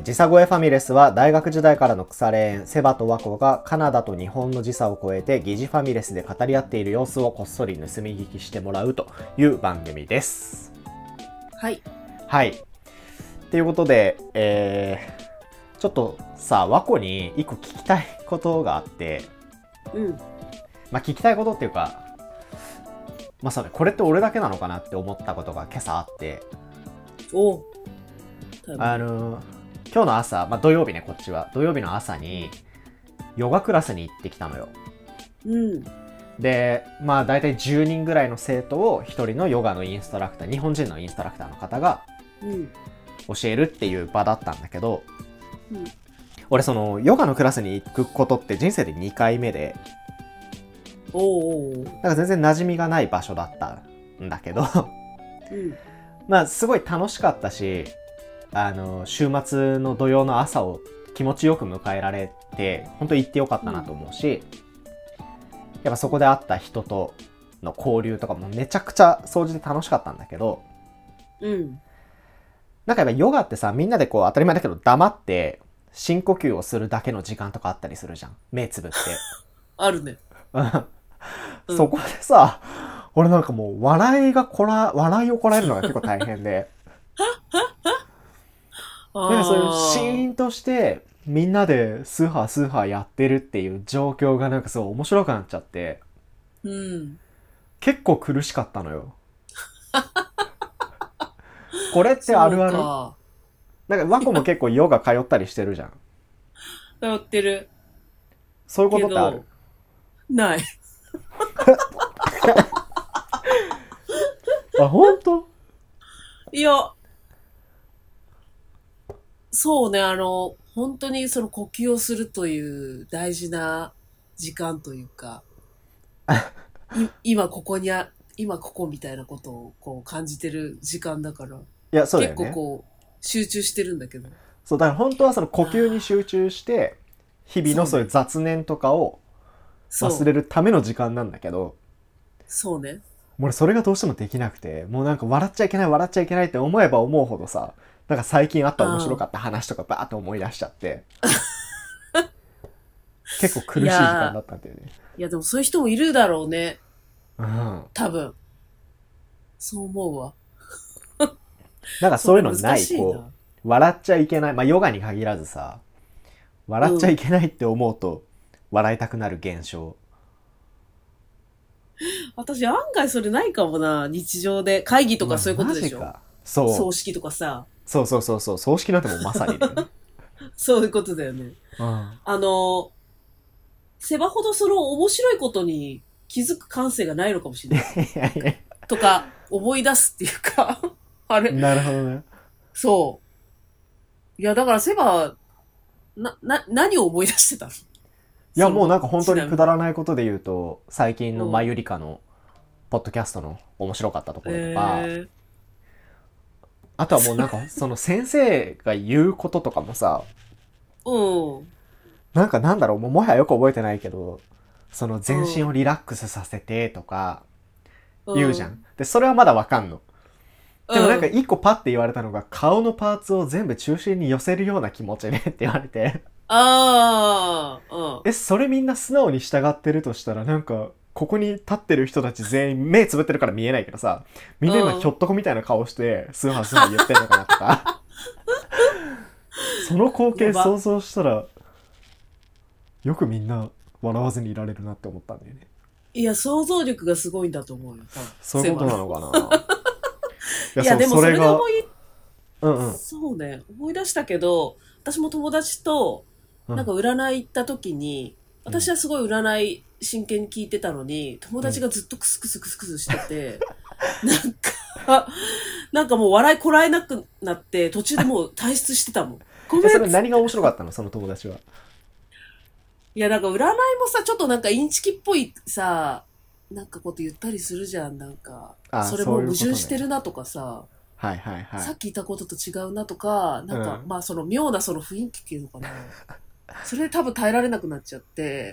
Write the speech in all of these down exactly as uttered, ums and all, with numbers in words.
時差越えファミレスは大学時代からの腐れ縁セバとワコがカナダと日本の時差を超えて疑似ファミレスで語り合っている様子をこっそり盗み聞きしてもらうという番組です。 はいはいということで、えー、ちょっとさワコに一個聞きたいことがあって、 うんまあ聞きたいことっていうかまあそれこれって俺だけなのかなって思ったことが今朝あって、 おあの今日の朝、まあ、土曜日ね、こっちは土曜日の朝にヨガクラスに行ってきたのよ。 うんでまあ大体じゅうにんぐらいの生徒をひとりのヨガのインストラクター、日本人のインストラクターの方が教えるっていう場だったんだけど、 うん、 俺そのヨガのクラスに行くことって人生でにかいめで、 おおなんか全然馴染みがない場所だったんだけど、 うん、 まあすごい楽しかったし、あの週末の土曜の朝を気持ちよく迎えられて本当行ってよかったなと思うし、うん、やっぱそこで会った人との交流とかもめちゃくちゃ掃除で楽しかったんだけど、 うん、 なんかやっぱヨガってさ、みんなでこう当たり前だけど黙って深呼吸をするだけの時間とかあったりするじゃん、目つぶってあるねそこでさ、俺なんかもう笑いがこら笑いをこらえるのが結構大変でなんかそういうシーンとしてみんなでスーハースーハーやってるっていう状況がなんかすごい面白くなっちゃって、 うん、 結構苦しかったのよこれってあるある？かなんかワコも結構ヨガ通ったりしてるじゃん。 通ってる。 そういうことってある？ ないあ、本当？ いやそうね、あの、本当にその呼吸をするという大事な時間というか、今ここにあ、今ここみたいなことをこう感じてる時間だから、 いや、そうだよね。 結構こう、集中してるんだけど。 そう、だから本当はその呼吸に集中して、日々のそういう雑念とかを忘れるための時間なんだけど、 そうね。 もう俺それがどうしてもできなくて、もうなんか笑っちゃいけない笑っちゃいけないって思えば思うほどさ、なんか最近あった面白かった話とかバーって思い出しちゃって結構苦しい時間だったんだよね。 いやでもそういう人もいるだろうね。 うん。 多分。そう思うわ。 なんかそういうのない、こう、笑っちゃいけない。まあヨガに限らずさ、笑っちゃいけないって思うと、笑いたくなる現象。 私案外それないかもな。日常で。会議とかそういうことでしょ。まあ、 そう。 葬式とかさ。 そうそうそうそう。葬式なんてもうまさにだよね。 そういうことだよね。うん、あの、セバほどその面白いことに気づく感性がないのかもしれない。いやいやとか、思い出すっていうか。あれ。 なるほどね。 そう。いや、だからセバ、な、な、何を思い出してたの？ いや、もうなんか本当にくだらないことで言うと、最近のマユリカのポッドキャストの面白かったところとか、えー、あとはもうなんかその先生が言うこととかもさ、 うん。 なんかなんだろう、もうもはやよく覚えてないけど、その全身をリラックスさせてとか言うじゃん。うん、で、それはまだわかんの。でもなんか一個パッて言われたのが、顔のパーツを全部中心に寄せるような気持ちでって言われて。 ああ、うん。 え、それみんな素直に従ってるとしたら、なんか、ここに立ってる人たち全員目つぶってるから見えないけどさ、みんな今ひょっとこみたいな顔して、スーハースーハー言ってるのかなとか。その光景想像したら、よくみんな笑わずにいられるなって思ったんだよね。 いや、想像力がすごいんだと思うよ。 そういうことなのかないや、いやでもそれで思い、 うんうん、 そうね、思い出したけど、私も友達と、なんか占い行った時に、うん、私はすごい占い真剣に聞いてたのに、友達がずっとクスクスクスクスしてて、うん、なんか、なんかもう笑いこらえなくなって、途中でもう退出してたもん。 ごめん。それ何が面白かったの？その友達は。 いや、なんか占いもさ、ちょっとなんかインチキっぽいさ、なんかこと言ったりするじゃん、なんか。それも矛盾してるなとかさ。 はいはいはい。 さっき言ったことと違うなとか、なんか、うん、まあその妙なその雰囲気っていうのかな。それで多分耐えられなくなっちゃって、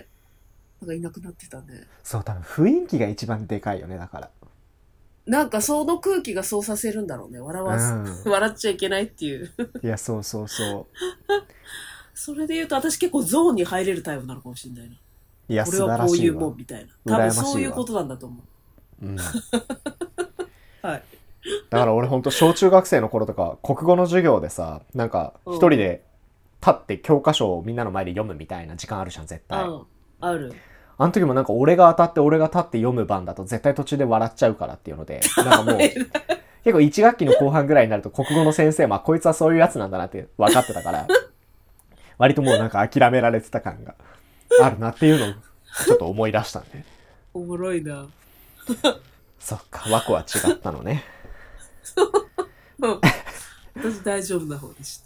なんかいなくなってたね。 そう、多分雰囲気が一番でかいよね、だから。 なんかその空気がそうさせるんだろうね。笑わす、 うん。 笑っちゃいけないっていう。 いや、そうそうそそれで言うと私結構ゾーンに入れるタイプなのかもしれないな。 う。いや、 これ素はこういう晴らしいわ。 もんみたいな。多分羨ましいわ。 そういうことなんだと思う。 うん。 はい。 だから俺ほんと小中学生の頃とか、国語の授業でさ、なんかうん一人で立って教科書をみんなの前で読むみたいな時間あるじゃん、絶対。 うん。ある。 あの時もなんか俺が当たって俺が立って読む番だと絶対途中で笑っちゃうからっていうので、なんかもう、結構いち学期の後半ぐらいになると国語の先生、まあこいつはそういうやつなんだなって分かってたから、割ともうなんか諦められてた感があるなっていうのをちょっと思い出したんで。 おもろいな。 そっか、和子は違ったのね。 うん。私大丈夫な方でした。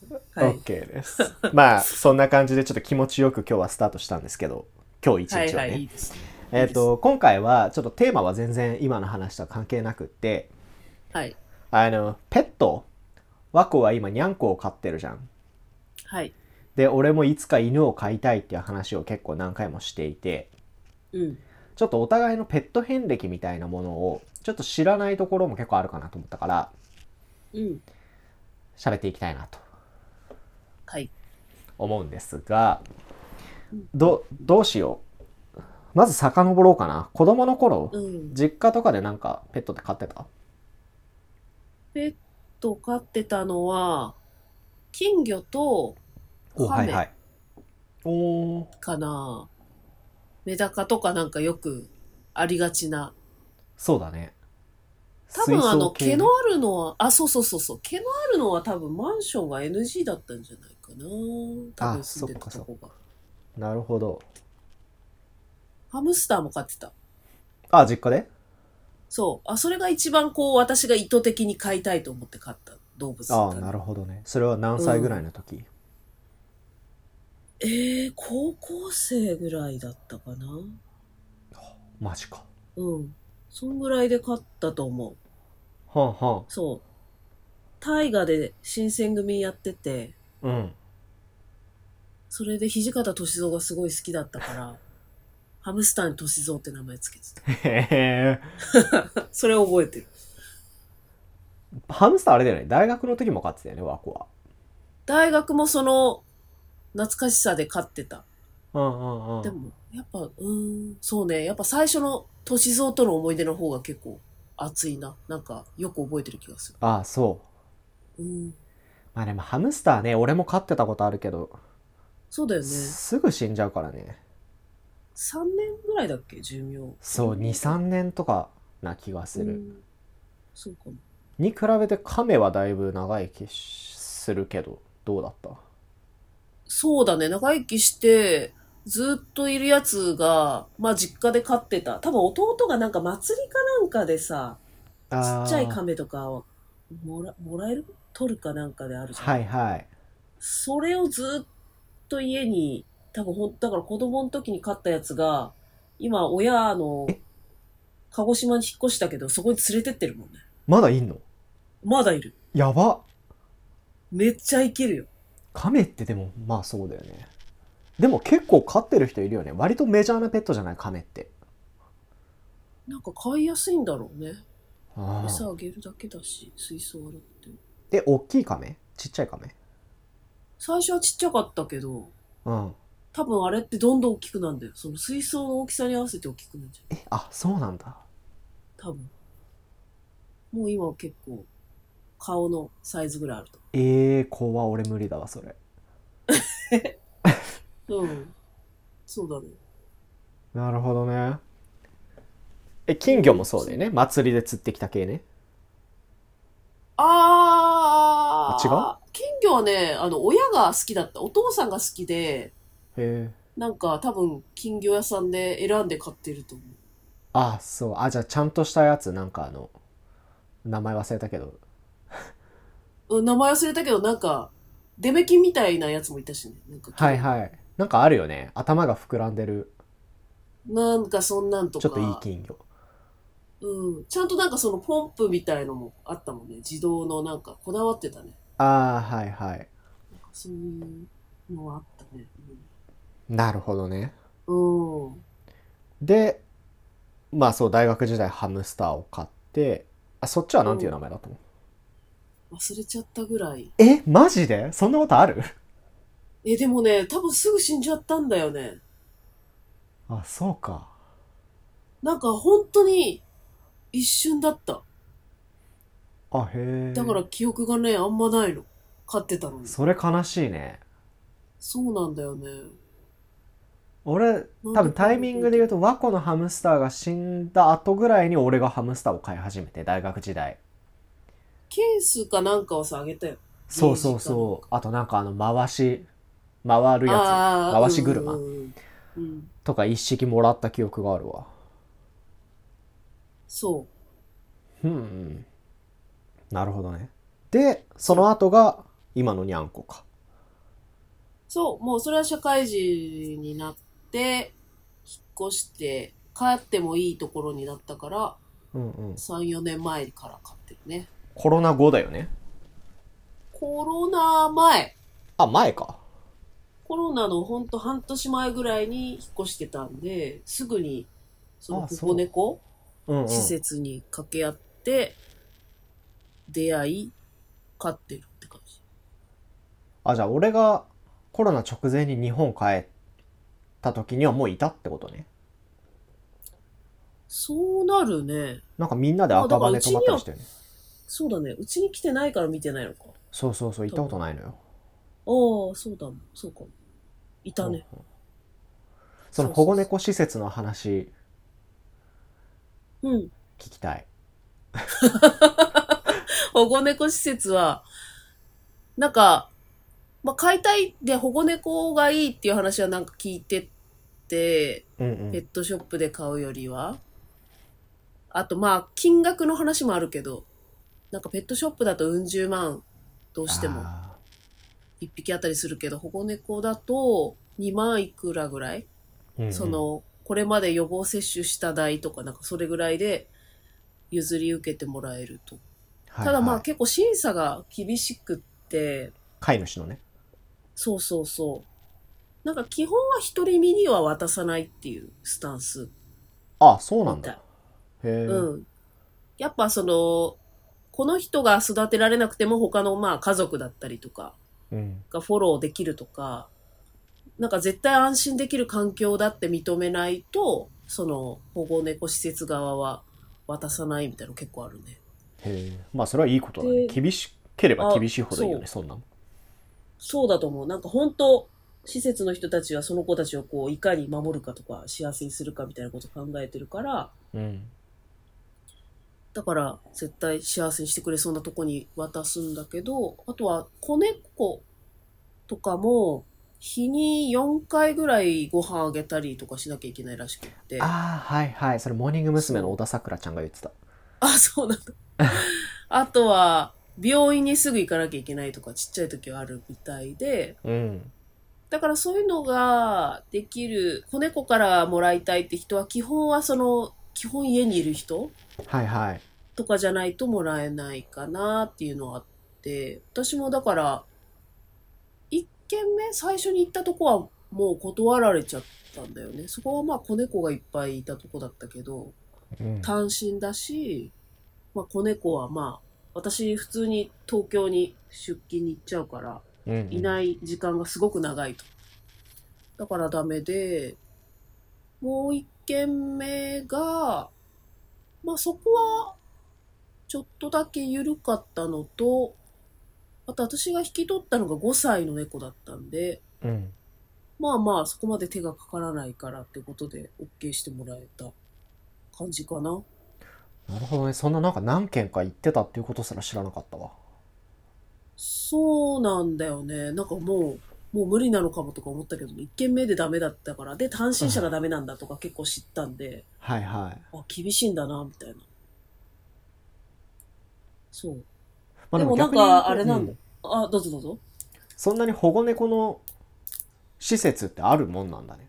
はい。 OK です。まあ、そんな感じでちょっと気持ちよく今日はスタートしたんですけど、今日一日はね。 はいはい、いいですね。 えっと、今回はちょっとテーマは全然今の話とは関係なくって、 はい。 あの、ペット、和子は今ニャンコを飼ってるじゃん。 はい。 で、俺もいつか犬を飼いたいっていう話を結構何回もしていて、 うん。 ちょっとお互いのペット遍歴みたいなものをちょっと知らないところも結構あるかなと思ったから、 うん。 喋っていきたいなとはい。 思うんですが、ど、どうしよう。まず遡ろうかな。子供の頃、 うん。 実家とかでなんかペットって飼ってた？ ペット飼ってたのは、金魚とお、 カメはいはい。おー。 かな。メダカとかなんかよくありがちな。 そうだね。 多分あの、 水槽系ね。 毛のあるのは、あ、そうそうそうそう。毛のあるのは多分マンションが エヌジー だったんじゃないかな。多あ、 分住んでたとそっかこが。 なるほど。 ハムスターも飼ってた。 あ、実家で？ そう。あ、それが一番こう、私が意図的に飼いたいと思って飼った動物だああ、 ったね。 なるほどね。それは何歳ぐらいの時？ えー、高校生ぐらいだったかな。 マジか。 うん。そんぐらいで飼ったと思う。 はんはそう。大河で新選組やってて、 ん。うん。 それで土方歳三がすごい好きだったから、ハムスターに歳三って名前つけてへえ。 た。それを覚えてる。 ハムスターあれだよね。大学の時も飼ってたよね、ワコは。 大学もその、懐かしさで飼ってた。 うんうんうん。 でも、やっぱ、うーん、そうね。やっぱ最初の歳三との思い出の方が結構熱いな。なんか、よく覚えてる気がする。 ああ、そう。 うん。 まあでもハムスターね、俺も飼ってたことあるけど、 そうだよね。 すぐ死んじゃうからね。 さんねんぐらいだっけ寿命。 そう、に、さんねんとかな気がする。 うん。そうかも。 に比べてカメはだいぶ長生きするけど、どうだった？ そうだね。長生きして、ずっといるやつが、まあ実家で飼ってた。多分弟がなんか祭りかなんかでさ、ちっちゃいあ亀とかをもら、もらえる取るかなんかであるあ、 じゃん。 はいはい。 それをずっと家に、多分ほん、だから子供の時に飼ったやつが、今親の鹿児島に引っ越したけど、そこに連れてってるもんね。 まだいんの？ まだいる。 やば。 めっちゃいけるよ。 カメってでも、まあそうだよね。でも結構飼ってる人いるよね。割とメジャーなペットじゃない、カメって。 なんか飼いやすいんだろうね。 ああ。 餌あげるだけだし、水槽洗って。 え、大きいカメ？ちっちゃいカメ？ 最初はちっちゃかったけど、 うん。 多分あれってどんどん大きくなるんだよ。その水槽の大きさに合わせて大きくなるんじゃん。 え、あ、そうなんだ。 多分。もう今は結構、顔のサイズぐらいあると。 えー、怖俺無理だわ、それ。 うん。そうだね。 なるほどね。え、金魚もそうだよね。祭りで釣ってきた系ね。あ、違う？ あー、金魚はね、あの、親が好きだった。お父さんが好きで、 へえ。 なんか多分金魚屋さんで選んで買ってると思あ、そう。あ、じゃあちゃんとしたやつ、なんかあの、名前忘れたけど。 う。うん、名前忘れたけど、なんか、デメキンみたいなやつもいたしね。なんか綺麗な、 はいはい。なんかあるよね。頭が膨らんでる、 なんかそんなんとちょっといいか、 金魚。 うん。ちゃんとなんかそのポンプみたいのもあったもんね。自動のなんかこだわってたね。 ああ、はいはい。 なんかそういうのはあったね。 なるほどね。 うん。うん。 で、まあそう、大学時代ハムスターを買って、 あ、そっちはなんていう名前だったの？ 忘れちゃったぐらい。 え、マジでそんなことある？ え、でもね、多分すぐ死んじゃったんだよね。 あ、そうか。 なんか本当に一瞬だった。 あ、へえ。 だから記憶がね、あんまないの。飼ってたのに。 それ悲しいね。 そうなんだよね。 俺、多分なんでかタイミングで言うと、ワコのハムスターが死んだ後ぐらいに俺がハムスターを飼い始めて、大学時代。 ケースかなんかをさ、あげたよ。 そうそうゲージかなんか。 そう。あとなんかあの、回し、回るやつ。 ああ、う回しんう車んうん。うん。 とか一式もらった記憶があるわ。 そう。 うん、うん。なるほどね。で、そそう。 の後が今のにゃんこか。 そう。もうそれは社会人になって、引っ越して、帰ってもいいところになったから、 うんうん。 さん、よねんまえから買ってるね。 コロナ後だよね。 コロナ前。 あ、前か。 コロナのほんと半年前ぐらいに引っ越してたんで、すぐに、そのあ、 保そう。 護猫施うんうん。 設に掛け合って、出会い、飼ってるって感じ。 あ、じゃあ俺がコロナ直前に日本帰った時にはもういたってことね。 そうなるね。 なんかみんなでまあだからう赤羽泊ちには、 まったりしたよね。 そうだね。うちに来てないから見てないのか。 そうそうそう、行ったこ多分。 とないのよ。 ああ、そうだもん。そうかも。いたね。 その保護そうそうそ猫施設の話う。うん。 聞きたい。 保護猫施設は、なんか、まあ、飼いたいで保護猫がいいっていう話はなんか聞いてて、 うんうん。 ペットショップで買うよりは。あとまあ、金額の話もあるけど、なんかペットショップだとうん十万どうしてもあ一匹あたりするけど、保護猫だとにまんいくらぐらい、 ー。うんうん。 その、これまで予防接種した代とかなんかそれぐらいで譲り受けてもらえると。ただまはいはい。 あ結構審査が厳しくって、 飼い主のね。 そうそうそう。なんか基本は独り身には渡さないっていうスタンスあ、そうなんだ。 みたい。 へうん。やっぱその、この人が育てられなくても他のまあ家族だったりとかえ。うん。 がフォローできるとか、なんか絶対安心できる環境だって認めないと、その保護猫施設側は渡さないみたいなの結構あるね。 へえ。まあそれはいいことだね。 で、 厳しければあ、 厳しいほどいいよね、 そう、 そんなの。 そうだと思う。なんか本当、施設の人たちはその子たちをこういかに守るかとか幸せにするかみたいなことを考えてるから、 うん。 だから絶対幸せにしてくれそうなとこに渡すんだけど、あとは子猫とかも日によんかいぐらいご飯あげたりとかしなきゃいけないらしくって。 ああ、はいはい。それモーニング娘。のそう。 小田さくらちゃんが言ってた。 あ、そうなんだ。あとは病院にすぐ行かなきゃいけないとかちっちゃい時はあるみたいで、 うん。 だからそういうのができる、子猫からもらいたいって人は基本はその、基本家にいる人はいはい。 とかじゃないともらえないかなっていうのがあって、私もだから一軒目最初に行ったとこはもう断られちゃったんだよね。そこはまあ子猫がいっぱいいたとこだったけど、 うん。 単身だし、まあ子猫はまあ、私普通に東京に出勤に行っちゃうから、 うんうん。 いない時間がすごく長いと。だからダメで、もう一軒目が、まあそこはちょっとだけ緩かったのと、あと私が引き取ったのがごさいの猫だったんで、 うん。 まあまあそこまで手がかからないからってことで OK してもらえた感じかな。 なるほどね。そんななんか何件か行ってたっていうことすら知らなかったわ。 そうなんだよね。なんかもう、もう無理なのかもとか思ったけど、一軒目でダメだったから、で、単身者がダメなんだとか結構知ったんで、 はいはい。 あ、厳しいんだな、みたいな。そう。 まあでもでもなん逆に言うと、 か、あれなんだ。 うん。 あ、どうぞどうぞ。 そんなに保護猫の施設ってあるもんなんだね。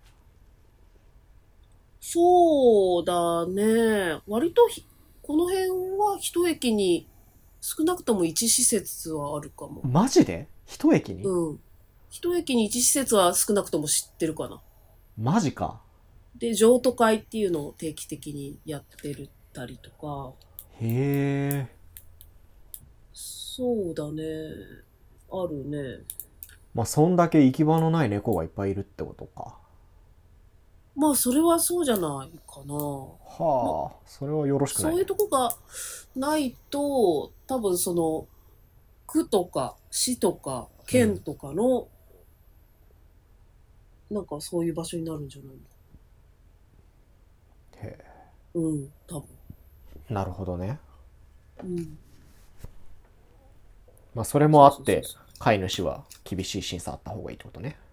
そうだね。割とひこの辺は一駅に少なくとも一施設はあるかも。 マジで一駅に？ うん。一駅に一施設は少なくとも知ってるかな。 マジか。 で、譲渡会っていうのを定期的にやってるたりとか。 へえ。 そうだね。あるね。 まあそんだけ行き場のない猫がいっぱいいるってことか。 まあ、それはそうじゃないかな。まあ、 はあ、それはよろしくないそういうね。 とこがないと、多分その、区とか市とか県とかの、なんかそういう場所になるんじゃないの。 へうん、多分。 え。なるほどね。 うん。 まあそれもそうあってそうそうそう。 飼い主は厳しい審査あった方がいいってことね。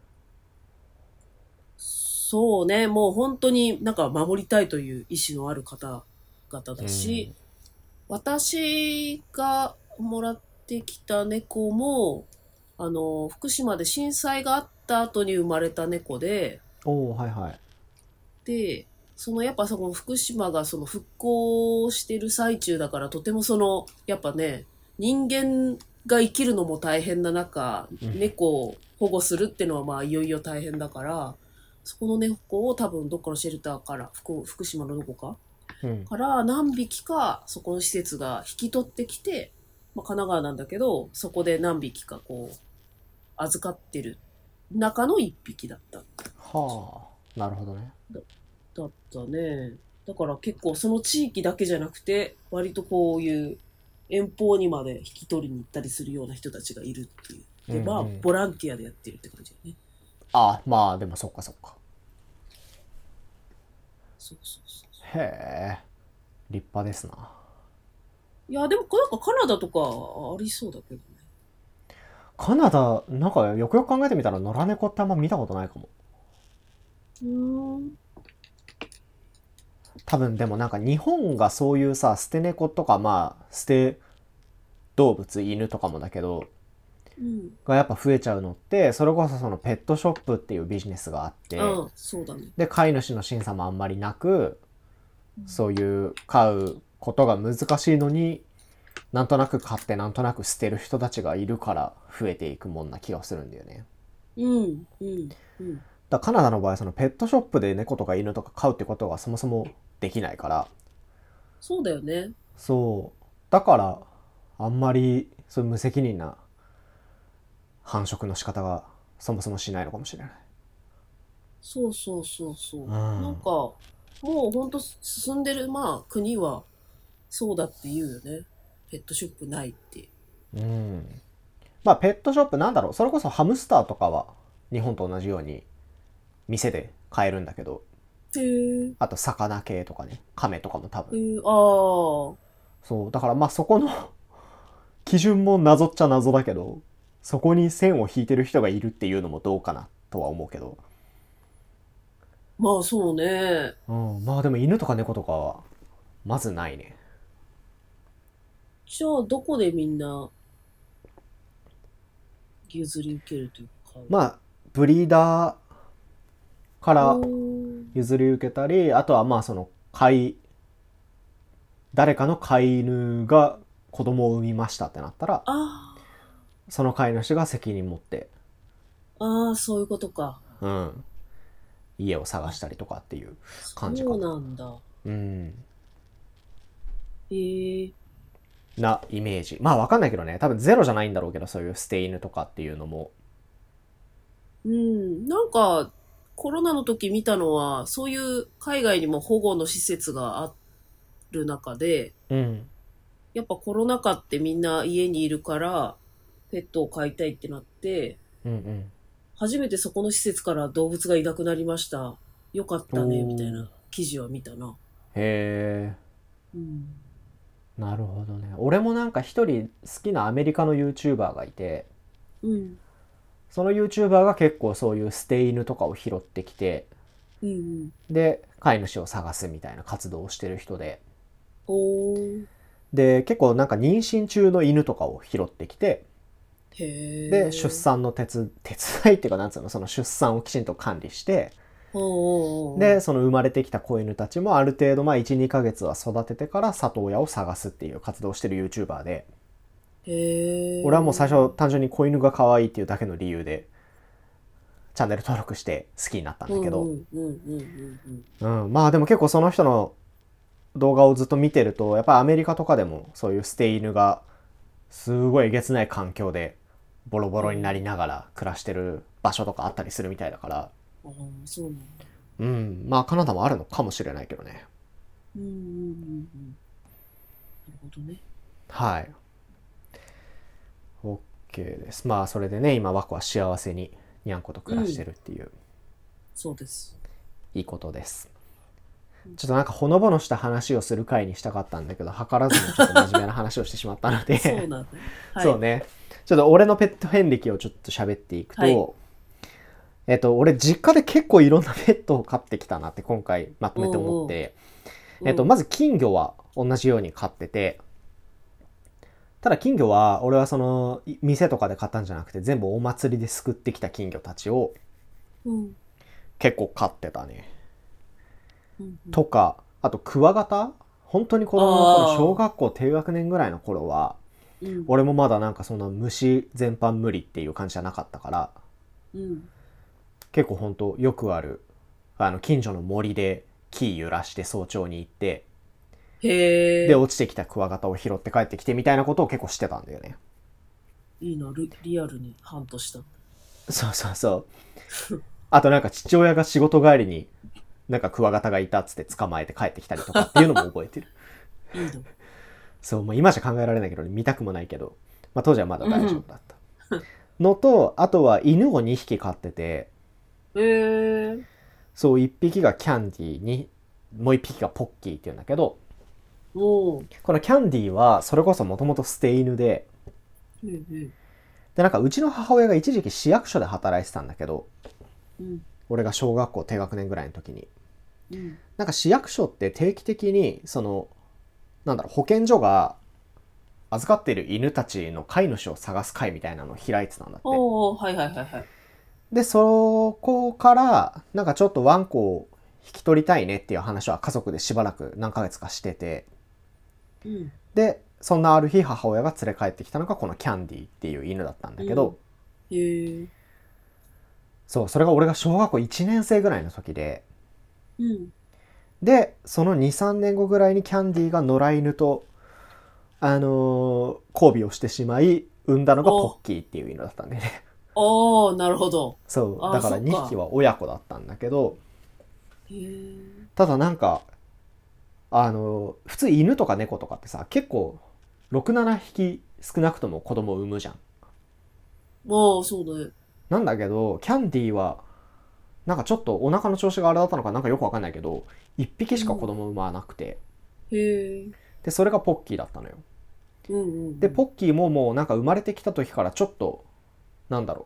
そうね、もう本当になんか守りたいという意志のある方々だし、私がもらってきた猫も、あの、福島で震災があった後に生まれた猫で、 おお、はいはい。 で、そのやっぱその福島がその復興してる最中だからとてもその、やっぱね、人間が生きるのも大変な中、猫を保護するってのはまあいよいよ大変だから、そこの猫を多分どっかのシェルターから、福福島のどこかうん。 から何匹かそこの施設が引き取ってきて、まあ、神奈川なんだけど、そこで何匹かこう、預かってる中の一匹だった。 はあ、なるほどね。 だだったね。だから結構その地域だけじゃなくて、割とこういう遠方にまで引き取りに行ったりするような人たちがいるっていう。で、まあ、 うんうん。 ボランティアでやってるって感じだよね。 ああ、まあでもそっかそっか。 そうそうそう。 へえ、立派ですな。 いや、でもなんかカナダとかありそうだけどね。 カナダ、なんかよくよく考えてみたら野良猫ってあんま見たことないかも。 うーん。 多分でもなんか日本がそういうさ、捨て猫とかまあ、捨て動物、犬とかもだけど、 うん。 がやっぱ増えちゃうのって、それこそそのペットショップっていうビジネスがあって、 ああ、そうだね。 で、飼い主の審査もあんまりなく、そういう飼うことが難しいのに、なんとなく飼ってなんとなく捨てる人たちがいるから増えていくもんな気がするんだよね。 うん、うん、うん。 だからカナダの場合、そのペットショップで猫とか犬とか飼うってことがそもそもできないから、 そうだよね。 そう。だから、あんまり、そういう無責任な繁殖の仕方がそもそもしないのかもしれない。 そうそうそうそう。 うん。 なんか、もうほんと進んでる、まあ、国はそうだって言うよね。ペットショップないって。 うん。まあ、ペットショップなんだろう。それこそハムスターとかは日本と同じように店で買えるんだけど、 へえ、 あと魚系とかね、亀とかも多分。 へえ、ああ、 そう。だからまあそこの基準も謎っちゃ謎だけど、そこに線を引いてる人がいるっていうのもどうかなとは思うけど。 まあそうね。 うん。まあでも犬とか猫とかは、まずないね。 じゃあ、どこでみんな譲り受けるというか。 まあ、ブリーダーかおらー、 譲り受けたり、あとはまあその飼い、誰かの飼い犬が子供を産みましたってなったら、 あその飼い主が責任持って、 あ、ああ、そういうことか。 うん、家を探あ、 したりとかっていう感じそうかな。 なんだ。 うん。 へえ、 なイメージ。まあわかんないけどね。多分ゼロじゃないんだろうけど、そういう捨て犬とかっていうのも。 うん。なんか、コロナの時見たのは、そういう海外にも保護の施設がある中で、 うん。 やっぱコロナ禍ってみんな家にいるから、ペットを飼いたいってなって、 うんうん。 初めてそこの施設から動物がいなくなりました。よかったね、みたいおー。 な記事は見たな。 へうん。 ー。なるほどね。俺もなんか一人好きなアメリカの YouTuber がいて、 うん。 その YouTuber が結構そういう捨て犬とかを拾ってきて、 うん、うん。 で、飼い主を探すみたいな活動をしてる人で、 おー。 で、結構なんか妊娠中の犬とかを拾ってきて、 へで、出え。 産の手つ手伝いっていうかなんつうの、その出産をきちんと管理して、 おーおーおで、 ー。 その生まれてきた子犬たちもある程度まあいち、にかげつは育ててから里親を探すっていう活動をしてる YouTuber で、 へ俺はもう最初え。 単純に子犬が可愛いっていうだけの理由で、チャンネル登録して好きになったんうんうだけど、 んうんうんうんうん。 うん、まあでも結構その人の動画をずっと見てると、やっぱりアメリカとかでもそういう捨て犬がすごいえげつない環境でボロボロになりながら暮らしてる場所とかあったりするみたいだから、 ああ、そうなんだ。 うん、まあカナダもあるのかもしれないけどね。 うんうんうんうん。なるほどね。 はい。OK です。まあそれでね、今ワコは幸せににゃんこと暮らしてるっていう、 そうです。 いいことです。ちょっとなんかほのぼのした話をする回にしたかったんだけど、図らずにちょっと真面目な話をしてしまったのでそうなんだね。はい、 そうね。ちょっと俺のペット遍歴をちょっと喋っていくと、はい、えっと、俺実家で結構いろんなペットを飼ってきたなって今回まとめて思って、おうおうえっと、まず金魚は同じように飼ってて、ただ金魚は俺はその店とかで買ったんじゃなくて全部お祭りですくってきた金魚たちを結構飼ってたね。うんうん、とか、あとクワガタ、本当に子供の頃、小学校低学年ぐらいの頃は、うん、俺もまだなんかそんな虫全般無理っていう感じじゃなかったから、うん、結構本当よくあるあの近所の森で木揺らして早朝に行って、へで落ちてきたクワガタを拾って帰ってきてみたいなことを結構してたんだよね。 いいな、リリアルにハントした。 そうそうそうあとなんか父親が仕事帰りになんかクワガタがいたっつって捕まえて帰ってきたりとかっていうのも覚えてるいいの。 そう、まあ、今じゃ考えられないけど、ね、見たくもないけど、まあ、当時はまだ大丈夫だった、うん、のと、あとは犬をにひき飼ってて、へー、そういっぴきがキャンディーにもういっぴきがポッキーっていうんだけど、おこのキャンディーはそれこそもともと捨て犬で、うんうん、でなんかうちの母親が一時期市役所で働いてたんだけど、うん、俺が小学校低学年ぐらいの時に、うん、なんか市役所って定期的にそのなんだろう保健所が預かっている犬たちの飼い主を探す会みたいなのを開いてたんだって。 おー、はいはいはいはい。 でそこからなんかちょっとワンコを引き取りたいねっていう話は家族でしばらく何ヶ月かしてて、うん、でそんなある日母親が連れ帰ってきたのがこのキャンディーっていう犬だったんだけど、うん、へー、そうそれが俺が小学校いちねん生ぐらいの時で、うん、でその にさんねんごぐらいにキャンディーが野良犬とあのー、交尾をしてしまい産んだのがポッキーっていう犬だったんでね。 ああ、なるほど。 そうだからにひきは親子だったんだけど、へー、ただなんかあのー、普通犬とか猫とかってさ結構ろくななひき少なくとも子供を産むじゃん。 ああ、そうだね。 なんだけどキャンディーはなんかちょっとお腹の調子があれだったのかなんかよくわかんないけどいっぴきしか子供を産まなくて、うん、へー、でそれがポッキーだったのよ。うんうんうん、でポッキーももうなんか生まれてきた時からちょっとなんだろ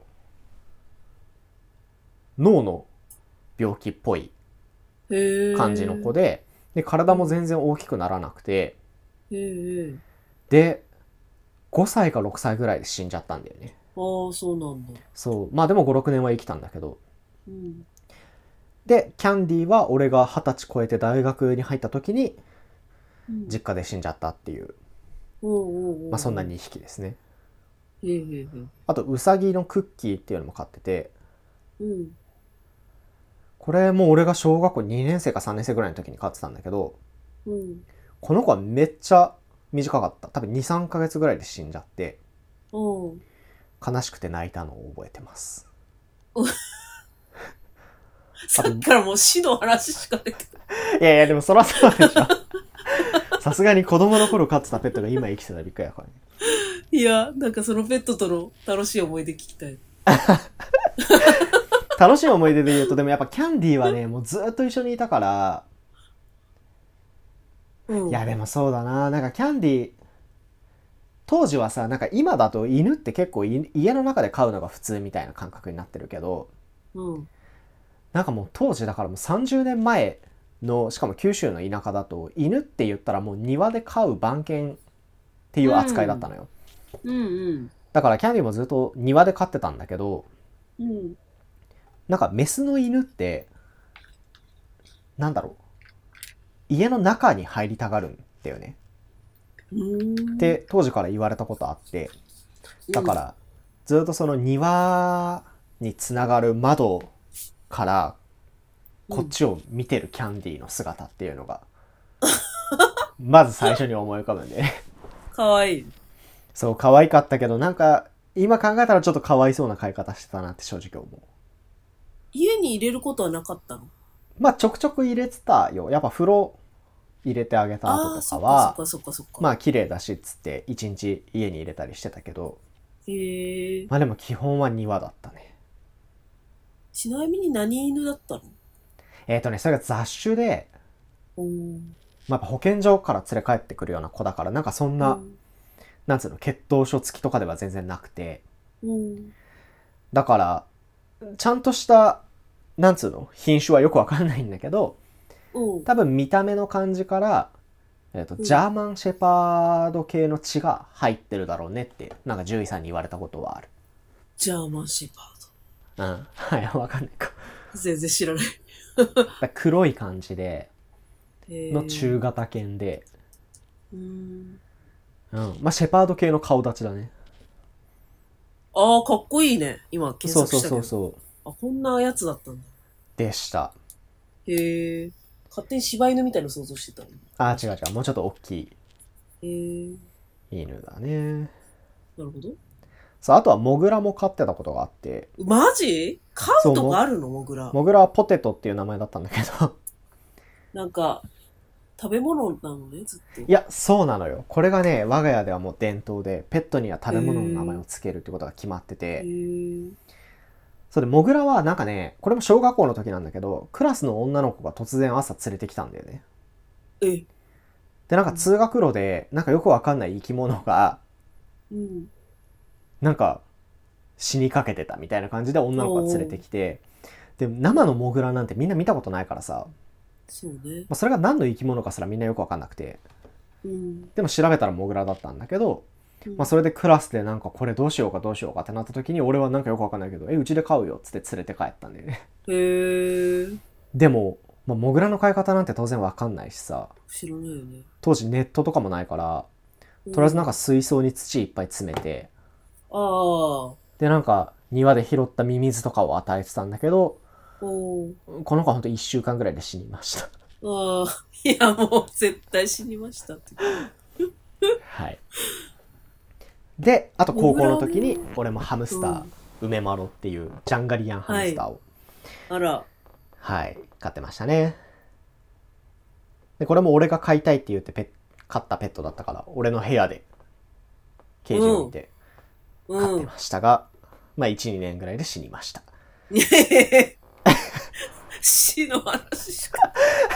う脳の病気っぽい感じの子で、で体も全然大きくならなくて、へでごさいかろくさいぐらいで死んじゃったんだよね。 ああ、そうなんだ。 そうまあでもごろくねんは生きたんだけど、うん、でキャンディーは俺がはたち超えて大学に入った時に実家で死んじゃったっていう、うん、まあそんなにひきですね。へーへー、あとウサギのクッキーっていうのも飼ってて、うん、これも俺が小学校にねん生かさんねん生ぐらいの時に飼ってたんだけど、うん、この子はめっちゃ短かった。多分 にさんかげつぐらいで死んじゃって、うん、悲しくて泣いたのを覚えてます。 さっきからもう死の話しか出てない。 いやいやでもそらそうでしょ。さすがに子供の頃飼ってたペットが今生きてたらびっくりやからね。 いや、なんかそのペットとの楽しい思い出聞きたい。 楽しい思い出で言うと、でもやっぱキャンディーはね、もうずっと一緒にいたから、うん、いやでもそうだな、なんかキャンディー、当時はさ、なんか今だと犬って結構家の中で飼うのが普通みたいな感覚になってるけど、うん、なんかもう当時だからもうさんじゅうねんまえの、しかも九州の田舎だと犬って言ったらもう庭で飼う番犬っていう扱いだったのよ、うんうんうん、だからキャンディーもずっと庭で飼ってたんだけど、うん、なんかメスの犬ってなんだろう家の中に入りたがるんだよねって当時から言われたことあって、だからずっとその庭につながる窓からこっちを見てるキャンディーの姿っていうのがまず最初に思い浮かぶんでね。 かわいい。 そう、可愛かったけど、なんか、今考えたらちょっとかわいそうな飼い方してたなって正直思う。 家に入れることはなかったの？ まあ、ちょくちょく入れてたよ。やっぱ風呂入れてあげた後とかは、 あ、そっかそっかそっかそっか。 まあ、綺麗だしっつって、一日家に入れたりしてたけど、 へえ。 まあでも基本は庭だったね。 ちなみに何犬だったの？ えっ、ー、とね、それが雑種で、 おー。 まあ、やっぱ保健所から連れ帰ってくるような子だから、なんかそんな、 うん、 なんつうの、血統書付きとかでは全然なくて、 うん、 だから、ちゃんとした、なんつうの、品種はよくわかんないんだけど、 うん、 多分見た目の感じから、えっと、 うんジャーマンシェパード系の血が入ってるだろうねって、なんか獣医さんに言われたことはある。 ジャーマンシェパーうん。はい、わかんないか。 ド。全然知らない。 黒い感じで、 への中ー。 型犬で、 うん。 うん。まあ、シェパード系の顔立ちだね。 ああ、かっこいいね。今検そうそう索したけど。 そうそう。 あ、こんなやつだったんだ。 でした。 へえ。勝手に柴犬みたいな想像してたの。 あ、違う違う。もうちょっと大きいへえ。 犬だね。 なるほど。 そう、あとはモグラも飼ってたことがあって。 マジ？飼うとこあるの？モグラ。 モグラはポテトっていう名前だったんだけど。 なんか、食べ物なのね、ずっと。 いや、そうなのよ。これがね、我が家ではもう伝統で、ペットには食べ物の名前をつけるってことが決まってて。 へえ。 それで、モグラはなんかね、これも小学校の時なんだけど、クラスの女の子が突然朝連れてきたんだよね。 え。 で、なんか通学路で、なんかよくわかんない生き物が、 うん。 なんか死にかけてたみたいな感じで女の子が連れてきて、で、生のモグラなんてみんな見たことないからさ、 そうね。 まあ、それが何の生き物かすらみんなよくわかんなくて、 うん。 でも調べたらモグラだったんだけど、 うんまあ、それでクラスでなんかこれどうしようかどうしようかってなった時に、俺はなんかよくわかんないけど、え、うちで飼うよっつって連れて帰ったんだよね。 へえ。 でも、まあ、モグラの飼い方なんて当然わかんないしさ、 知らないよね。 当時ネットとかもないから、とりあえずなんか水槽に土いっぱい詰めて、 ああ。 でなんか庭で拾ったミミズとかを与えてたんだけど、 おー。 この子はほんといっしゅうかんぐらいで死にました。 ああ。いや、もう絶対死にましたって。 はい。で、あと高校の時に俺もハムスター、 うん、 梅マロっていうジャンガリアンハムスターを、 はい、あら、 はい、飼ってましたね。で、これも俺が飼いたいって言ってペ飼ったペットだったから、俺の部屋でケージを置いて飼ってましたが、うん、まあいち、にねんぐらいで死にました。 死の話しか。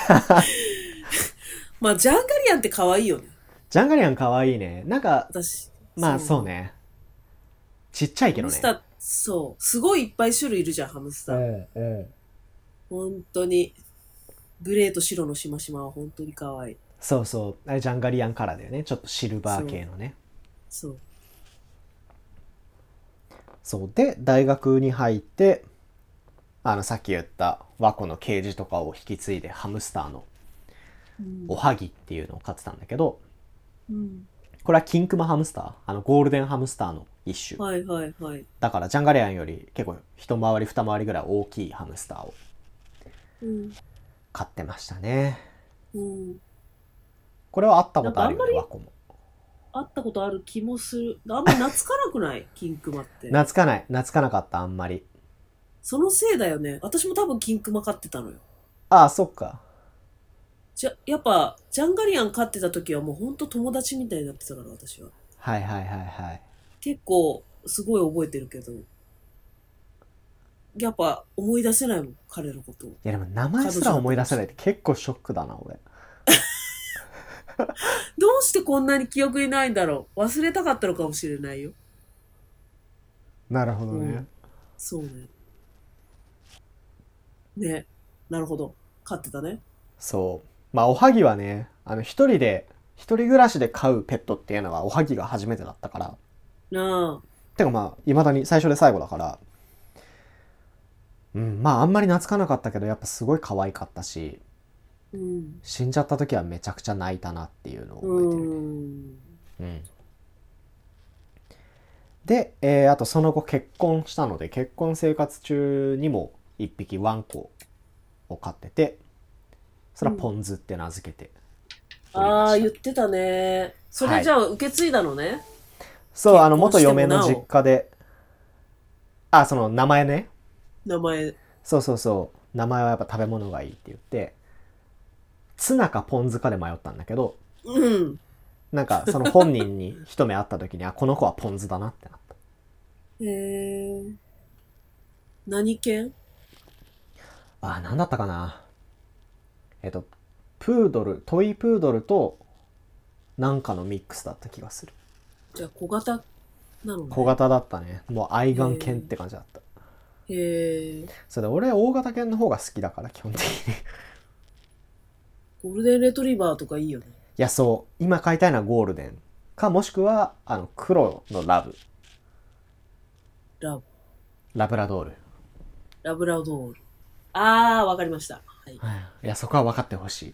まあジャンガリアンって可愛いよね。 ジャンガリアン可愛いね。なんか、 私まあそうね。ちっちゃいけどね。 ハムスター、そう。すごいいっぱい種類いるじゃん、ハムスター。 ええええ、 本当に。グレーと白のしましまは本当に可愛い。 そうそう。あれジャンガリアンカラーだよね。ちょっとシルバー系のね。 そう。 そう。そうで、大学に入って、あの、さっき言ったワコのケージとかを引き継いでハムスターのおはぎっていうのを飼ってたんだけど、 うん、 これはキンクマハムスター、あのゴールデンハムスターの一種。 はいはいはい。 だからジャンガリアンより結構一回り二回りぐらい大きいハムスターを飼ってましたね。うん、これは会ったことあるよね、ワコも。 会ったことある気もする。あんま懐かなくないキンクマって。 懐かない。懐かなかった、あんまり。 そのせいだよね。私も多分キンクマ飼ってたのよ。 ああ、そっか。 じゃ、やっぱ、ジャンガリアン飼ってた時はもうほんと友達みたいになってたから、私は。 はいはいはいはい。 結構、すごい覚えてるけど、やっぱ思い出せないもん、彼のことを。いやでも名前すら思い出せないって結構ショックだな、俺。 どうしてこんなに記憶にないんだろう。忘れたかったのかもしれないよ。 なるほどね。うん、 そうね。ね。なるほど。飼ってたね。 そう。まあおはぎはね、あの一人で一人暮らしで飼うペットっていうのはおはぎが初めてだったから。 ああ。 てかまあ未だに最初で最後だから。うん、まああんまり懐かなかったけどやっぱすごい可愛かったし、うん、死んじゃった時はめちゃくちゃ泣いたなっていうのを覚えてるね。うん、うん。で、えー、あとその後結婚したので結婚生活中にも一匹ワンコを飼ってて。それはポンズって名付けて、 りまああ、 した。 言ってたね。そはい。 れじゃあ受け継いだのね。 そう、あの、 結婚しても元嫁のなお、 実家で、あ、その名前ね。 名前。 そうそうそう。名前はやっぱ食べ物がいいって言って、ツナかポン酢かで迷ったんだけど、 うん。 なんかその本人に一目会った時に、あ、この子はポン酢だなってなった。 へえ。何犬？ あ、なんだったかな。えっと、プードル、トイプードルとなんかのミックスだった気がする。 じゃあ小型なのね。 小型だったね。もう愛へ玩犬っえ。 て感じだった。 へえ。 それで俺大型犬の方が好きだから基本的に。いゴールデンレトリバーとかいいよね。 や、そう。今飼いたいのはゴールデン。か、もしくは、あの、黒のラブ。 ラブ、 ラブラドール。 ラブラドール。ああ、わかりました。はい。 いや、そこは分かってほしい。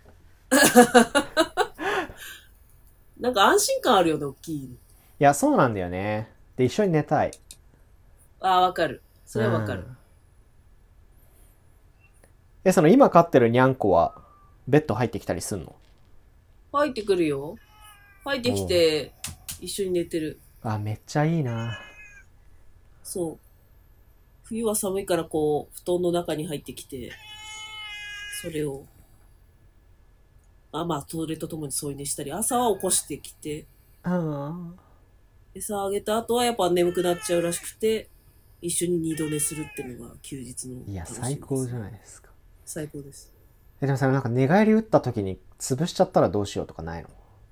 なんか安心感あるよね、大きいの。 いや、そうなんだよね。で、一緒に寝たい。 ああ、わかる。そうれはわかる。 ん。え、その今飼ってるニャンコは、ベッド入ってきたりすんの？ 入ってくるよ。入ってきおう。 て、一緒に寝てる。 あ、めっちゃいいな。 そう。冬は寒いからこう、布団の中に入ってきて、それを、あ、まあ、それとともに添い寝したり、朝は起こしてきて、 うん。 餌あげた後はやっぱ眠くなっちゃうらしくて、一緒に二度寝するっていうのが休日のいや、 楽最高じゃしみですね。 ないですか。 最高です。 え、でもさ、なんか寝返り打った時に潰しちゃったらどうしようとかないの？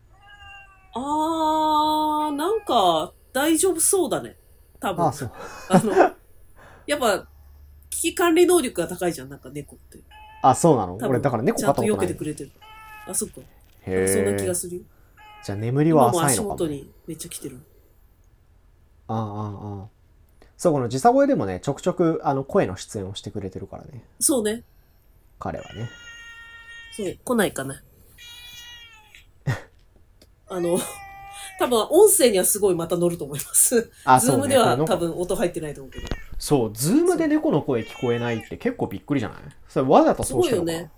あー、なんか、大丈夫そうだね。多分。 ああ、そう。 あの、やっぱ、危機管理能力が高いじゃん、なんか猫って。 あ、そうなの？俺、だ多分、 から猫飼ちゃんと避ったことないの。 けてくれてる。あ、そっか。なんかそんな気へえ。 がするよ。 じゃあ眠りは今も足浅いのかもね。 元にめっちゃ来てる。 ああ、ああ、ああ。そう、この時差声でもね、ちょくちょく、あの、声の出演をしてくれてるからね。 そうね。 彼はね。 そう、来ないかな。あの、多分音声にはすごいまた乗ると思います。 あ、 ズーそうね。これムではなんか、 多分音入ってないと思うけど。 そう、ズームそう。 で猫の声聞こえないって結構びっくりじゃない？それわざとすそうしてんのかな？ ごいよね。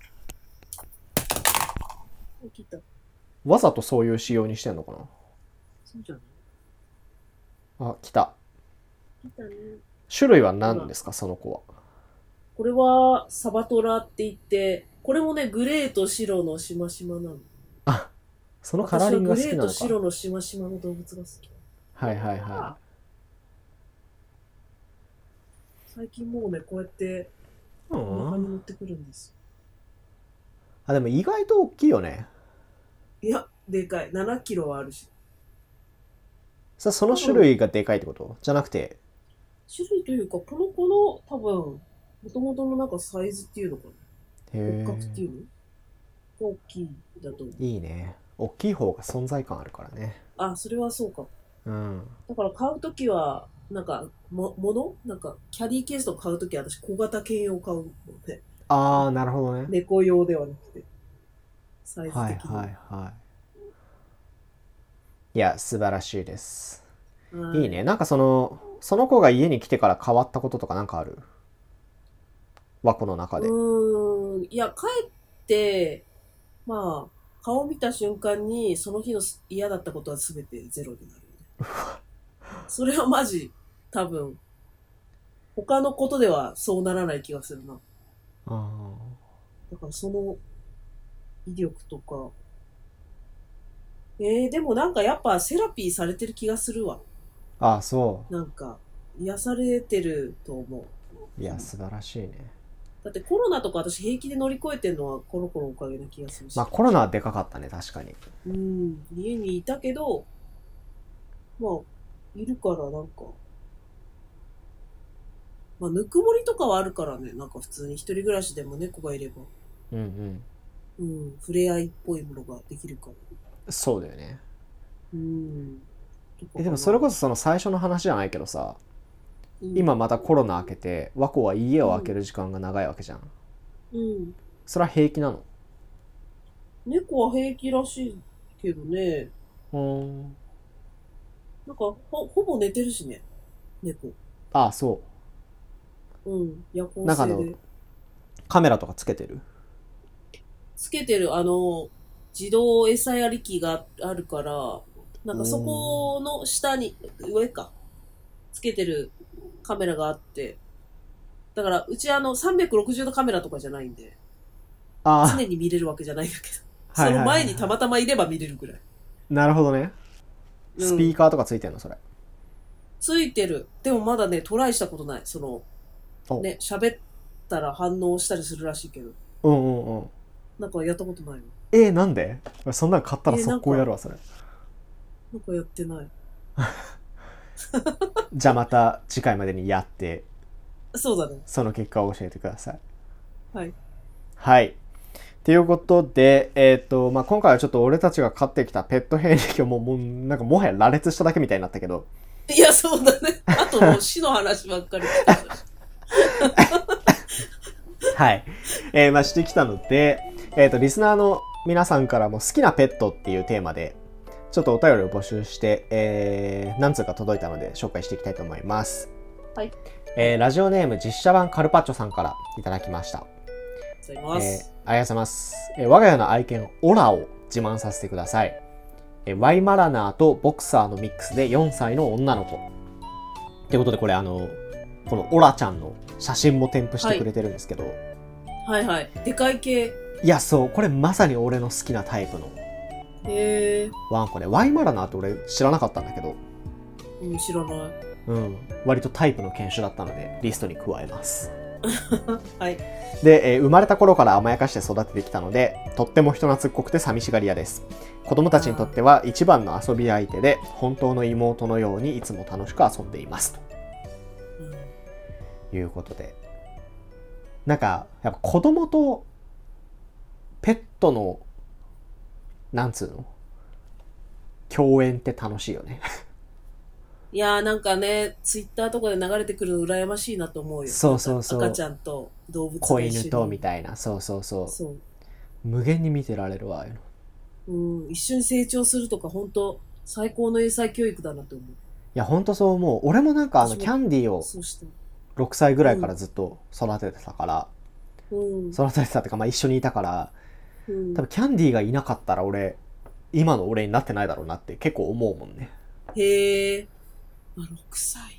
聞いた。 わざとそういう仕様にしてんのかそうじゃない？ な？あ、来た。 聞いたね。 種類は何今、 ですか、その子は？ これはサバトラって言って、これもね、グレーと白のしましまなの。 あ、そのカラーリングが好私はグレきなのか。 ーと白のしましまの動物が好き。 はいはいは最近もうね、こうやってい。うお腹にん。 乗ってくるんです。 あ、でも意外と大きいよね。 いや、でかい。ななキロはあるし。 さ、その種多分、 類がでかいってことじゃなくて？ 種類というか、この子の多分、もともとのなんかサイズっていうのかな。骨格ってへいうのが大きいだと思う。 え。いいね。大きい方が存在感あるからね。 あ、それはそうか。 うん。 だから買うときは、なんか、も、ものなんか、キャリーケースとか買うときは私小型犬用買うので、 あー、なるほどね。 猫用ではなくて、サイズはい的には。 はいはい。いや、素晴らしいです。いいね。 はい。 なんかその、その子が家に来てから変わったこととかなんかある？和子の中で。 うーん、いや、帰って、まあ、顔見た瞬間に、その日の嫌だったことは全てゼロになるよね。それはマジ、多分、他のことではそうならない気がするな。 あだからその威力とか。えー、でもなんかやっぱセラピーされてる気がするわ。 あ。ああ、そなんか、癒されてると思う。 う。いや、素晴らしいね。 だってコロナとか私平気で乗り越えてるのはこの子のおかげな気がするし。 まあコロナはでかかったね、確かに。 うん、家にいたけど、まあ、いるからなんか、まあ、ぬくもりとかはあるからね、なんか普通に一人暮らしでも猫がいれば、 うんうん、触れ合いっぽいものができるから。 うん。そうだよね。 うん、とかえ、でもかな。 それこそその最初の話じゃないけどさ、 うん、 今またコロナ明けて、和子は家をうん、 開ける時間が長いわけじゃん。 うん。 それは平気なの？ 猫は平気らしいけどね、 うーん。 なんかほ、ほぼ寝てるしね、猫。 ああ、そうん、夜う。なんかあの、 行性で。 カメラとかつけてる？ つけてる、あの、 自動餌やり機があるから、なんかそこの下に、上か、つけてるカメラがあって、だからうちあのさんびゃくろくじゅうどカメラとかじゃないんで、 あ常に見れるわけじゃないんだけど、 あ、はいはいはいはい、 その前にたまたまいれば見れるぐらい。 なるほどね。スピーカーとかついてんのそれ。 ついてる。でもまだね、トライしたことない。その、ね、喋ったら反応したりするらしいけど。 うんうんうん。 なんかやったことないの。 えー、なんでそんなの買ったら速攻やるわ、それ。 なんかやってない。 じゃあまた次回までにやって、 そうだね。 その結果を教えてください。 はい。 はい。ということで、えっ、ー、と、まあ、今回はちょっと俺たちが飼ってきたペット兵歴をもう、もう、なんかもはや羅列しただけみたいになったけど。 いや、そうだね。あともう死の話ばっかり聞いたし。 はい。えー、まあ、してきたので、えっ、ー、と、リスナーの皆さんからも好きなペットっていうテーマで、ちょっとお便りを募集して、えー、何通か届いたので紹介していきたいと思います。 はい。 えー、ラジオネーム実写版カルパッチョさんからいただきました。 ありがとうございます。 えー、ありがとうございます。えー、我が家の愛犬オラを自慢させてください。えー、ワイマラナーとボクサーのミックスでよんさいの女の子。ってことでこれあの、このオラちゃんの写真も添付してくれてるんですけど。はい、 はいはい。でかい系。 いや、そう、これまさに俺の好きなタイプのへー。 ワンコね。ワイマラナーって俺知らなかったんだけど。 うん、知らない。 うん。割とタイプの犬種だったので、リストに加えます。 はい。 で、えー、生まれた頃から甘やかして育ててきたので、とっても人懐っこくて寂しがり屋です。子供たちにとっては一番の遊び相手で、本当の妹のようにいつも楽しく遊んでいます。と、うん、いうことで。なんか、やっぱ子供とペットの、なんつうの共演って楽しいよね。 いやーなんかね、ツイッターとかで流れてくるの羨ましいなと思うよ。 そうそうそう。 赤ちゃんと動物子犬とみたいな。そうそうそう。そう。無限に見てられるわ。 うん、一緒に成長するとか本当最高の英才教育だなと思う。いや本当そう思う。俺もなんかあのキャンディーをろくさいぐらいからずっと育ててたから、うん、育ててたってかまあ一緒にいたから、うん、多分キャンディーがいなかったら俺今の俺になってないだろうなって結構思うもんね。 へえ。ろくさい。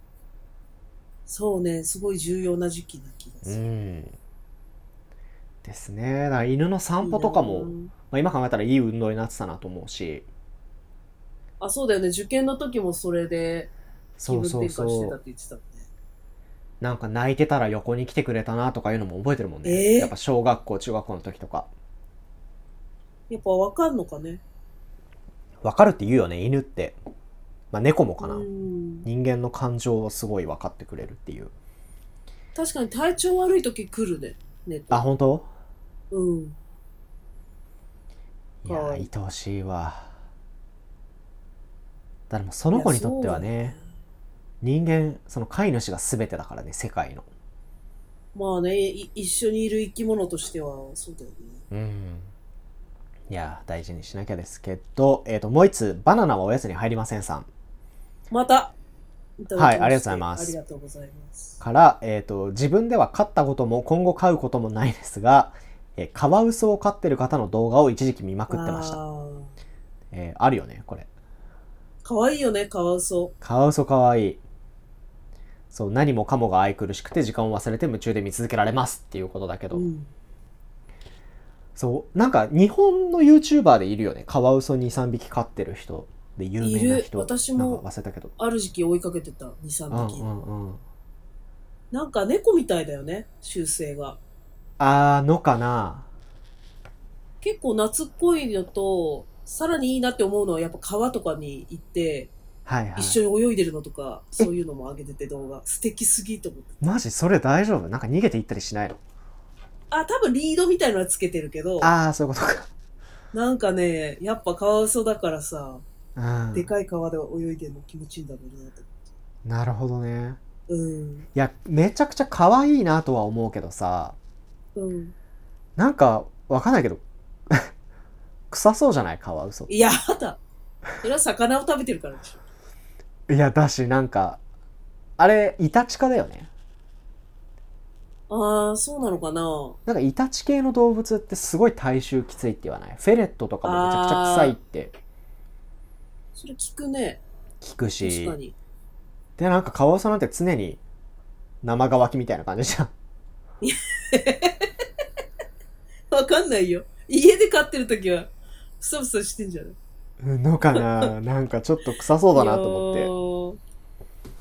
そうね、すごい重要な時期な気がする。うん。 ですね。だから犬の散歩とかも、いいまあ、今考えたらいい運動になってたなと思うし。 あ、そうだよね。受験の時もそれで気分転換してたって言ってたもんね。 なんか泣いてたら横に来てくれたなとかいうのも覚えてるもんね。えー、やっぱ小学校、中学校の時とか。 やっぱわかんのかね。 わかるって言うよね、犬って。まあ猫もかな。人間の感情をすごい分かってくれるっていう。 確かに体調悪い時来るね。ねあ、本当？ うん。 いや、愛おしいわ。だからもうその子にとってはね、ね人間、その飼い主が全てだからね、世界の。 まあね、一緒にいる生き物としてはそうだよね。 うん。いや、大事にしなきゃですけど、えっと、もう一つ、バナナはおやつに入りませんさん。 またはい、ありがとうございます。 ありがとうございます。 から、えっと、自分では飼ったことも今後飼うこともないですが、えー、カワウソを飼ってる方の動画を一時期見まくってました。あ,、えー、あるよね、これ。 かわいいよね、カワウソ。 カワウソかわいい。そう、何もかもが愛くるしくて時間を忘れて夢中で見続けられますっていうことだけど。うん、そう、なんか日本の YouTuber でいるよね。カワウソに、さんびき飼ってる人。で有名な人。 私も忘れたけどある時期追いかけてたに、さんびき、うんうんうん、なんか猫みたいだよね、習性が。 あーのかな。 結構懐っこいのとさらにいいなって思うのはやっぱ川とかに行って、はいはい、一緒に泳いでるのとかそういうのも上げてて動画素敵すぎと思って。 マジそれ大丈夫？なんか逃げていったりしないの？ あ、多分リードみたいなのはつけてるけど。 ああ、そういうことか。 なんかね、やっぱカワウソだからさ、うん、でかい川で泳いでるの気持ちいいんだろうなと。 なるほどね。 うん。 いや、めちゃくちゃ可愛いなとは思うけどさ、 うん。 なんか、わかんないけど、臭そうじゃないカワウソ。 いやだ。それは魚を食べてるからでしょ。 いや、だし、なんか、あれ、イタチ科だよね。 ああ、そうなのかな。 なんかイタチ系の動物ってすごい体臭きついって言わない？フェレットとかもめちゃくちゃ臭いってそれ聞くね。 聞くし。 確かに。 で、なんかカワウソなんて常に生乾きみたいな感じじゃん。 わかんないよ。家で飼ってるときは、ふさふさしてんじゃないのかな。なんかちょっと臭そうだなと思って。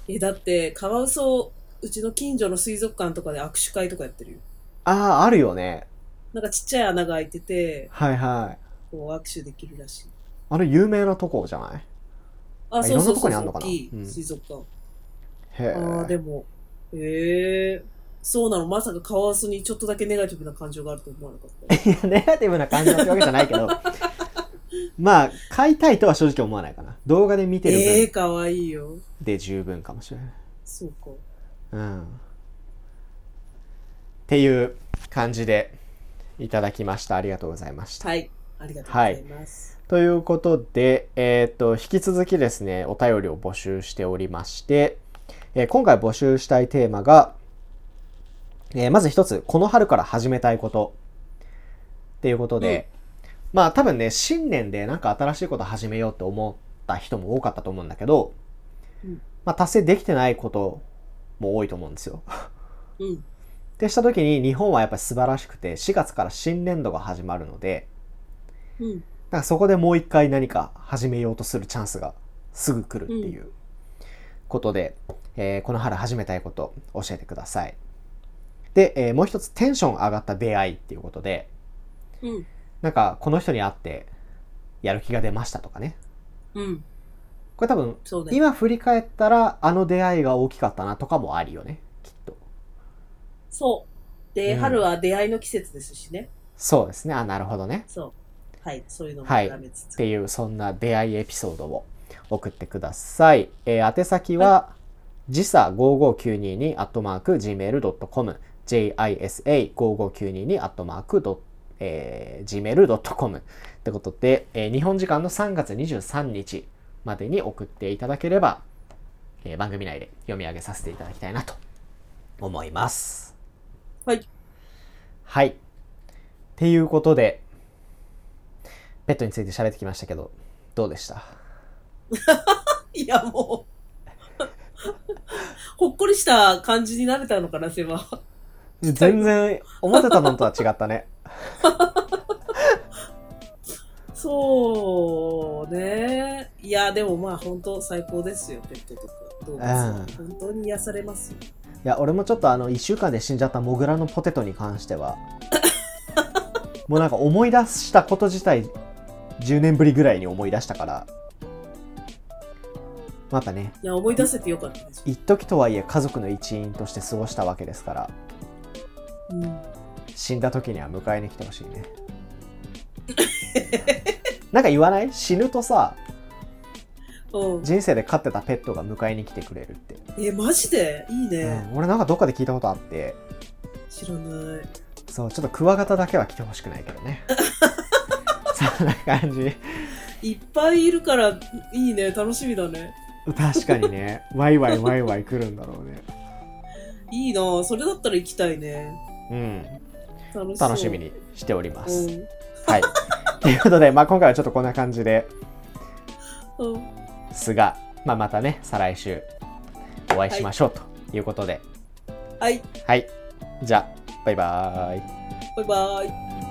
え、だって、カワウソ、うちの近所の水族館とかで握手会とかやってるよ。 ああ、あるよね。 なんかちっちゃい穴が開いてて、 はいはい。 こう握手できるらしい。 あの有名なとこじゃない？ あ、そうそうそう。 いろんなとこにあんのかな？ 大きいうん水族館。 へえ。 ああ、でも、へえ。そうなの。まさかカワウソにちょっとだけネガティブな感情があると思わなかった。 いや、ネガティブな感じだってわけじゃないけど、まあ、飼いたいとは正直思わないかな。動画で見てるええー、 分かわいいよ。 で十分かもしれない。 そうか。 うん。っていう感じでいただきました。ありがとうございました。 はい。ありがとうございます。 はい、ということで、えっと、引き続きですね、お便りを募集しておりまして、えー、今回募集したいテーマが、えー、まず一つ、この春から始めたいことっていうことで、うん、まあ多分ね、新年でなんか新しいこと始めようって思った人も多かったと思うんだけど、うん、まあ達成できてないことも多いと思うんですよ。うん。ってした時に日本はやっぱり素晴らしくて、しがつから新年度が始まるので、うん、だからそこでもう一回何か始めようとするチャンスがすぐ来るっていうことで、うん、えー、この春始めたいこと教えてください。で、えー、もう一つテンション上がった出会いっていうことで、うん、なんかこの人に会ってやる気が出ましたとかね。うん、これ多分、ね、今振り返ったらあの出会いが大きかったなとかもあるよね、きっと。 そう。で、うん、春は出会いの季節ですしね。 そうですね。あ、なるほどね。 そう。はい、そういうのも絡めつつ、 はい、っていうそんな出会いエピソードを送ってください。えー、宛先は、はい、ジサごーごーきゅうにーに アットマーク ジーメールドットコム ジェイアイエスエーごーごーきゅうにーに アットマーク ジーメールドットコム ってことで、えー、日本時間のさんがつにじゅうさんにちまでに送っていただければ、えー、番組内で読み上げさせていただきたいなと思います。 はい。 はい。っていうことで、ペットについて喋ってきましたけど、どうでした？ いや、もう、ほっこりした感じになれたのかな、セバ。 全然、思ってたのとは違ったね。 そうね。いや、でもまあ、本当最高ですよ、ペットとか。動物は本当に癒されますよ。 いや、俺もちょっとあの、いっしゅうかんで死んじゃったモグラのポテトに関しては、もうなんか思い出したこと自体、じゅうねんぶりぐらいに思い出したから、またね、 いや思い出せてよかったです。 一時とはいえ家族の一員として過ごしたわけですから、うん、死んだ時には迎えに来てほしいね。なんか言わない？死ぬとさ、うん、人生で飼ってたペットが迎えに来てくれるって。 え、マジでいいね、 うん、俺なんかどっかで聞いたことあって。 知らない。 そう、ちょっとクワガタだけは来てほしくないけどね。そんな感じ。 いっぱいいるからいいね、楽しみだね。 確かにね、ワイワイワイワイ来るんだろうね。 いいな、それだったら行きたいね。 うん。 楽しそう。 楽しみにしております。 うん、 はい。ということで、まあ今回はちょっとこんな感じで、 うん、 すが、まあまたね、再来週お会いしましょう、はい、ということで。 はい。 はい。じゃあ、バイバーイ。 バイバーイ。